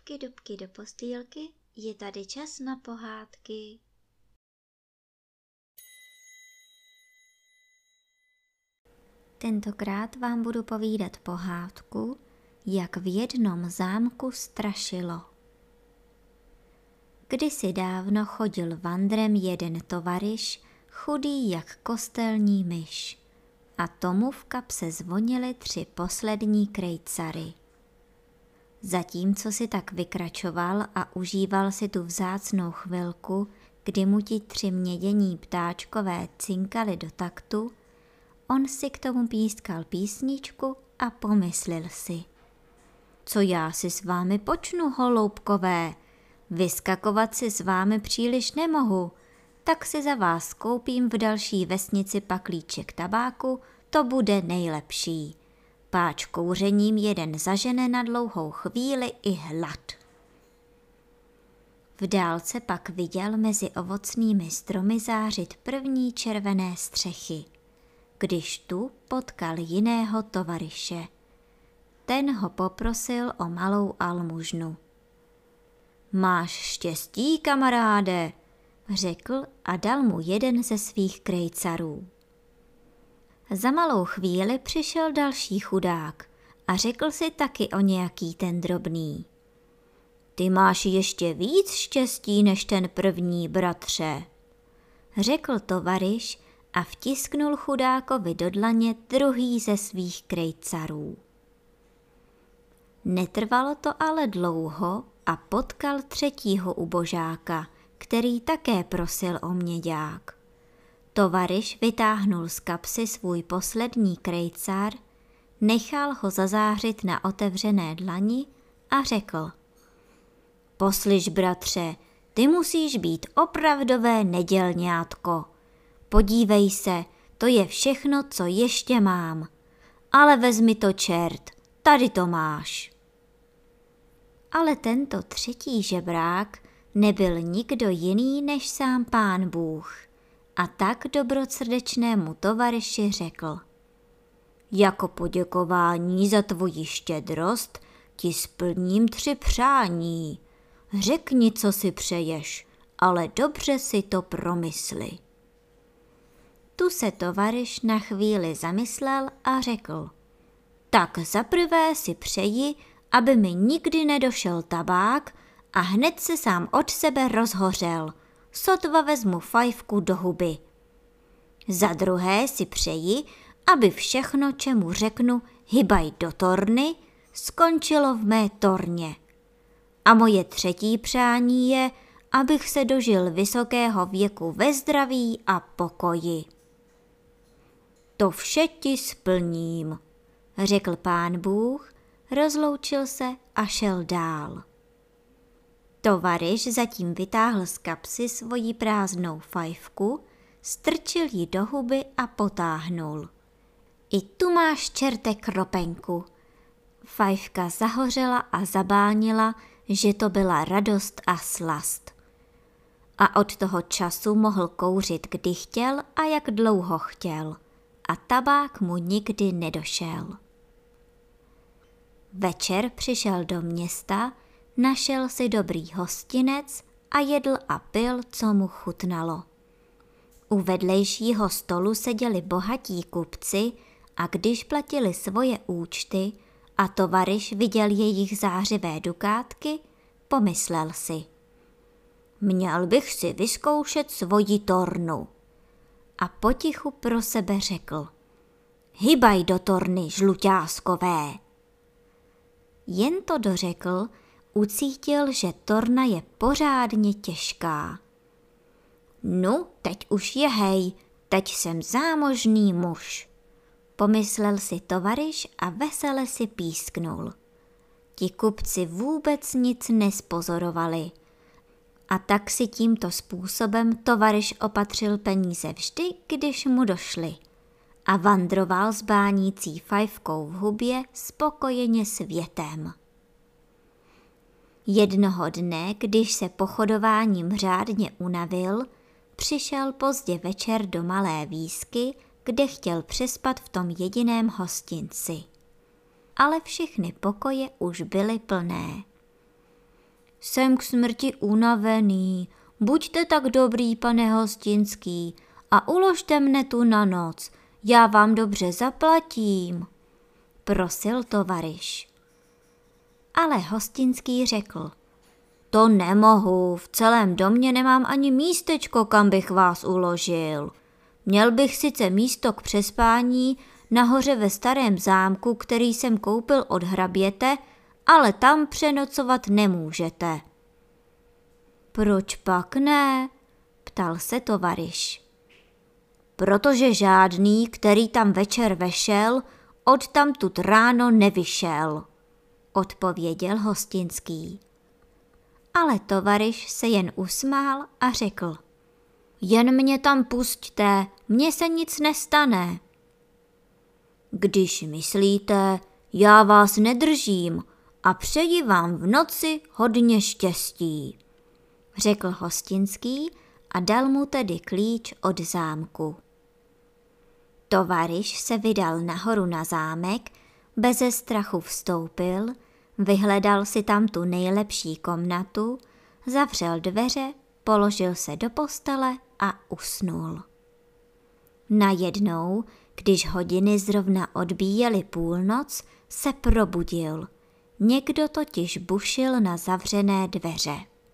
Dubky, dubky do postýlky, je tady čas na pohádky. Tentokrát vám budu povídat pohádku, jak v jednom zámku strašilo. Kdysi dávno chodil vandrem jeden tovaryš, chudý jak kostelní myš, a tomu v kapse zvonily 3 poslední krejcary. Zatímco si tak vykračoval a užíval si tu vzácnou chvilku, kdy mu ti 3 mědění ptáčkové cinkali do taktu, on si k tomu pískal písničku a pomyslel si. Co já si s vámi počnu, holoubkové? Vyskakovat si s vámi příliš nemohu, tak si za vás koupím v další vesnici paklíček tabáku, to bude nejlepší. Páč kouřením jeden zažene na dlouhou chvíli i hlad. V dálce pak viděl mezi ovocnými stromy zářit první červené střechy, když tu potkal jiného tovaryše. Ten ho poprosil o malou almužnu. Máš štěstí, kamaráde, řekl a dal mu jeden ze svých krejcarů. Za malou chvíli přišel další chudák a řekl si taky o nějaký ten drobný. Ty máš ještě víc štěstí než ten první, bratře, řekl tovaryš a vtisknul chudákovi do dlaně druhý ze svých krejcarů. Netrvalo to ale dlouho a potkal třetího ubožáka, který také prosil o měďák. Tovaryš vytáhnul z kapsy svůj poslední krejcar, nechal ho zazářit na otevřené dlani a řekl. Poslyš, bratře, ty musíš být opravdové nedělňátko. Podívej se, to je všechno, co ještě mám. Ale vezmi to, čert, tady to máš. Ale tento třetí žebrák nebyl nikdo jiný než sám Pán Bůh. A tak dobrosrdečnému tovaryši řekl. Jako poděkování za tvoji štědrost ti splním 3 přání. Řekni, co si přeješ, ale dobře si to promysli. Tu se tovaryš na chvíli zamyslel a řekl. Tak zaprvé si přeji, aby mi nikdy nedošel tabák a hned se sám od sebe rozhořel. Sotva vezmu fajfku do huby. Za druhé si přeji, aby všechno, čemu řeknu hybaj do torny, skončilo v mé torně. A moje třetí přání je, abych se dožil vysokého věku ve zdraví a pokoji. To vše ti splním, řekl Pán Bůh, rozloučil se a šel dál. Tovaryš zatím vytáhl z kapsy svoji prázdnou fajfku, strčil ji do huby a potáhnul. I tu máš, čerte, kropenku. Fajfka zahořela a zabánila, že to byla radost a slast. A od toho času mohl kouřit, kdy chtěl a jak dlouho chtěl. A tabák mu nikdy nedošel. Večer přišel do města, našel si dobrý hostinec a jedl a pil, co mu chutnalo. U vedlejšího stolu seděli bohatí kupci a když platili svoje účty a tovaryš viděl jejich zářivé dukátky, pomyslel si. Měl bych si vyzkoušet svoji tornu. A potichu pro sebe řekl. Hybaj do torny, žluťáskové. Jen to dořekl, ucítil, že torna je pořádně těžká. No, teď už je hej, teď jsem zámožný muž, pomyslel si tovaryš a vesele si písknul. Ti kupci vůbec nic nespozorovali. A tak si tímto způsobem tovaryš opatřil peníze vždy, když mu došly. A vandroval s bánící fajfkou v hubě spokojeně světem. Jednoho dne, když se pochodováním řádně unavil, přišel pozdě večer do malé výsky, kde chtěl přespat v tom jediném hostinci. Ale všechny pokoje už byly plné. Jsem k smrti unavený, buďte tak dobrý, pane Hostinský, a uložte mne tu na noc, já vám dobře zaplatím, prosil tovaryš. Ale Hostinský řekl, to nemohu, v celém domě nemám ani místečko, kam bych vás uložil. Měl bych sice místo k přespání nahoře ve starém zámku, který jsem koupil od hraběte, ale tam přenocovat nemůžete. Proč pak ne? Ptal se tovaryš. Protože žádný, který tam večer vešel, odtamtud ráno nevyšel, odpověděl Hostinský. Ale tovaryš se jen usmál a řekl, jen mě tam pusťte, mně se nic nestane. Když myslíte, já vás nedržím a přeji vám v noci hodně štěstí, řekl Hostinský a dal mu tedy klíč od zámku. Tovaryš se vydal nahoru na zámek, beze strachu vstoupil, vyhledal si tam tu nejlepší komnatu, zavřel dveře, položil se do postele a usnul. Najednou, když hodiny zrovna odbíjely půlnoc, se probudil. Někdo totiž bušil na zavřené dveře.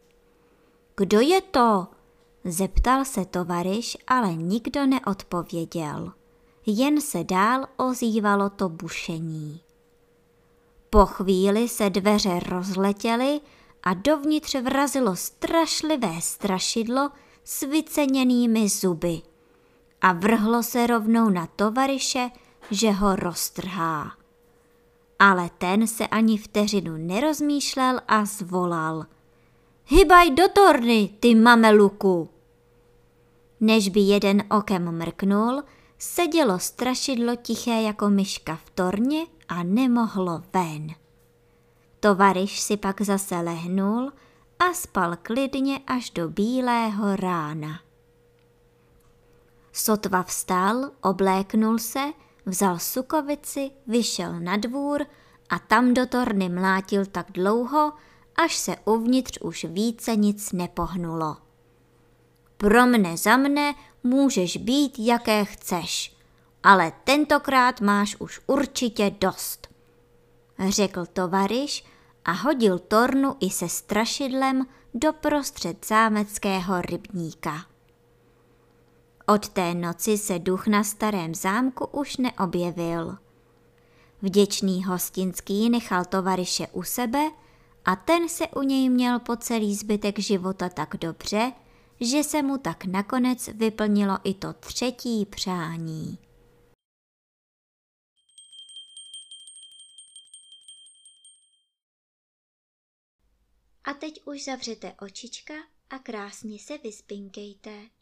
Kdo je to? Zeptal se tovaryš, ale nikdo neodpověděl. Jen se dál ozývalo to bušení. Po chvíli se dveře rozletěly a dovnitř vrazilo strašlivé strašidlo s vyceněnými zuby a vrhlo se rovnou na tovaryše, že ho roztrhá. Ale ten se ani vteřinu nerozmýšlel a zvolal. Hybaj do torny, ty mameluku! Než by jeden okem mrknul, sedělo strašidlo tiché jako myška v torně a nemohlo ven. Tovaryš si pak zase lehnul a spal klidně až do bílého rána. Sotva vstal, obléknul se, vzal sukovici, vyšel na dvůr a tam do torny mlátil tak dlouho, až se uvnitř už více nic nepohnulo. Pro mne za mne můžeš být, jaké chceš, ale tentokrát máš už určitě dost, řekl tovaryš a hodil tornu i se strašidlem doprostřed zámeckého rybníka. Od té noci se duch na starém zámku už neobjevil. Vděčný Hostinský nechal tovaryše u sebe a ten se u něj měl po celý zbytek života tak dobře, že se mu tak nakonec vyplnilo i to třetí přání. A teď už zavřete očička a krásně se vyspinkejte.